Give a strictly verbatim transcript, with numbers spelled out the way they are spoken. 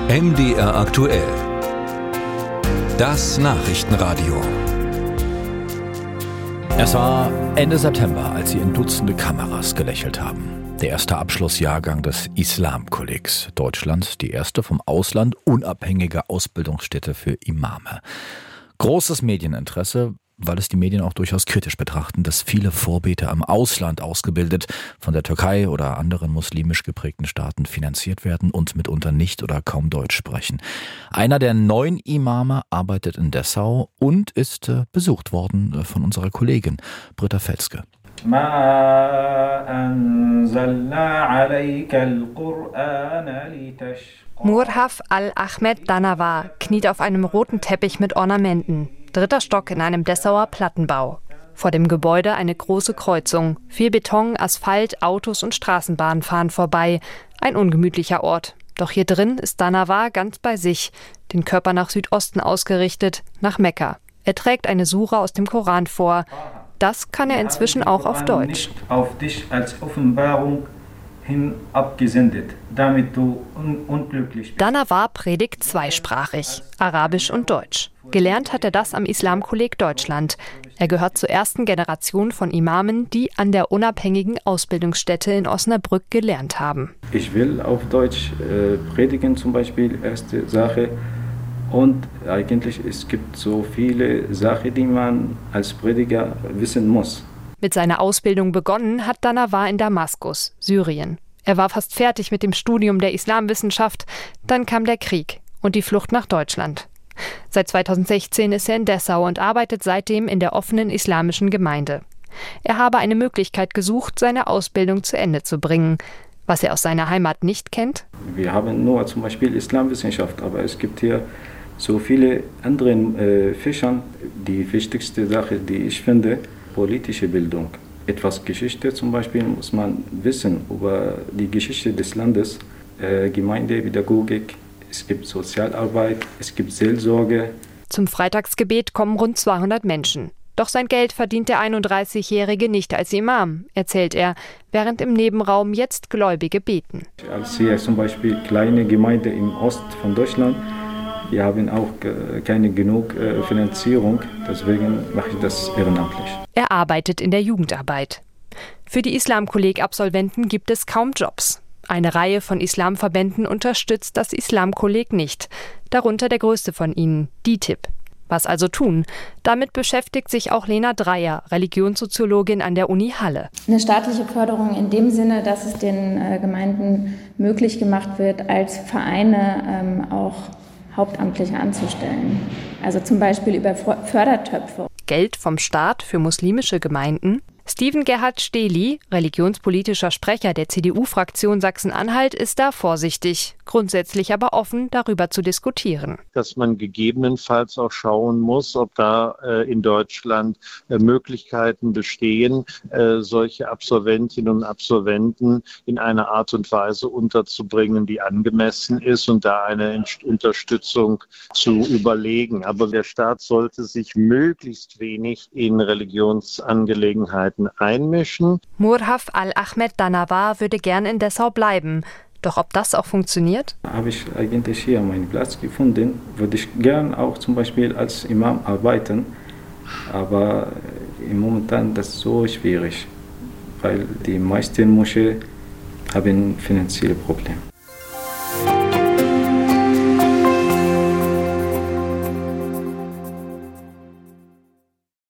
M D R aktuell. Das Nachrichtenradio. Es war Ende September, als sie in Dutzende Kameras gelächelt haben. Der erste Abschlussjahrgang des Islamkollegs Deutschland, die erste vom Ausland unabhängige Ausbildungsstätte für Imame. Großes Medieninteresse, weil es die Medien auch durchaus kritisch betrachten, dass viele Vorbeter im Ausland ausgebildet, von der Türkei oder anderen muslimisch geprägten Staaten finanziert werden und mitunter nicht oder kaum Deutsch sprechen. Einer der neun Imame arbeitet in Dessau und ist äh, besucht worden äh, von unserer Kollegin Britta Felske. Murhaf Al-Ahmed Danavar kniet auf einem roten Teppich mit Ornamenten. Dritter Stock in einem Dessauer Plattenbau. Vor dem Gebäude eine große Kreuzung. Viel Beton, Asphalt, Autos und Straßenbahnen fahren vorbei. Ein ungemütlicher Ort. Doch hier drin ist Danavar ganz bei sich. Den Körper nach Südosten ausgerichtet, nach Mekka. Er trägt eine Sura aus dem Koran vor. Das kann er inzwischen auch auf Deutsch. Auf dich als Offenbarung hin abgesendet, damit du un- unglücklich bist. Danavar predigt zweisprachig, Arabisch und Deutsch. Gelernt hat er das am Islamkolleg Deutschland. Er gehört zur ersten Generation von Imamen, die an der unabhängigen Ausbildungsstätte in Osnabrück gelernt haben. Ich will auf Deutsch äh, predigen zum Beispiel, erste Sache. Und eigentlich es gibt so viele Sachen, die man als Prediger wissen muss. Mit seiner Ausbildung begonnen hat Danavar in Damaskus, Syrien. Er war fast fertig mit dem Studium der Islamwissenschaft. Dann kam der Krieg und die Flucht nach Deutschland. Seit zweitausendsechzehn ist er in Dessau und arbeitet seitdem in der offenen islamischen Gemeinde. Er habe eine Möglichkeit gesucht, seine Ausbildung zu Ende zu bringen. Was er aus seiner Heimat nicht kennt? Wir haben nur zum Beispiel Islamwissenschaft, aber es gibt hier so viele andere äh, Fächer. Die wichtigste Sache, die ich finde, politische Bildung. Etwas Geschichte zum Beispiel muss man wissen über die Geschichte des Landes, äh, Gemeindepädagogik. Es gibt Sozialarbeit, es gibt Seelsorge. Zum Freitagsgebet kommen rund zweihundert Menschen. Doch sein Geld verdient der einunddreißigjährige nicht als Imam, erzählt er, während im Nebenraum jetzt Gläubige beten. Als hier zum Beispiel kleine Gemeinde im Ost von Deutschland, wir haben auch keine genug Finanzierung, deswegen mache ich das ehrenamtlich. Er arbeitet in der Jugendarbeit. Für die Islamkolleg-Absolventen gibt es kaum Jobs. Eine Reihe von Islamverbänden unterstützt das Islamkolleg nicht, darunter der größte von ihnen, D I T I B. Was also tun? Damit beschäftigt sich auch Lena Dreyer, Religionssoziologin an der Uni Halle. Eine staatliche Förderung in dem Sinne, dass es den äh, Gemeinden möglich gemacht wird, als Vereine ähm, auch Hauptamtliche anzustellen. Also zum Beispiel über Fördertöpfe. Geld vom Staat für muslimische Gemeinden? Steven Gerhard Stehli, religionspolitischer Sprecher der C D U-Fraktion Sachsen-Anhalt, ist da vorsichtig, grundsätzlich aber offen, darüber zu diskutieren. Dass man gegebenenfalls auch schauen muss, ob da äh, in Deutschland äh, Möglichkeiten bestehen, äh, solche Absolventinnen und Absolventen in einer Art und Weise unterzubringen, die angemessen ist und da eine Ent- Unterstützung zu überlegen. Aber der Staat sollte sich möglichst wenig in Religionsangelegenheiten einmischen. Murhaf Al-Ahmed Danavar würde gern in Dessau bleiben. Doch ob das auch funktioniert? Habe ich eigentlich hier meinen Platz gefunden, würde ich gern auch zum Beispiel als Imam arbeiten, aber im Momentan ist das so schwierig, weil die meisten Moscheen haben finanzielle Probleme.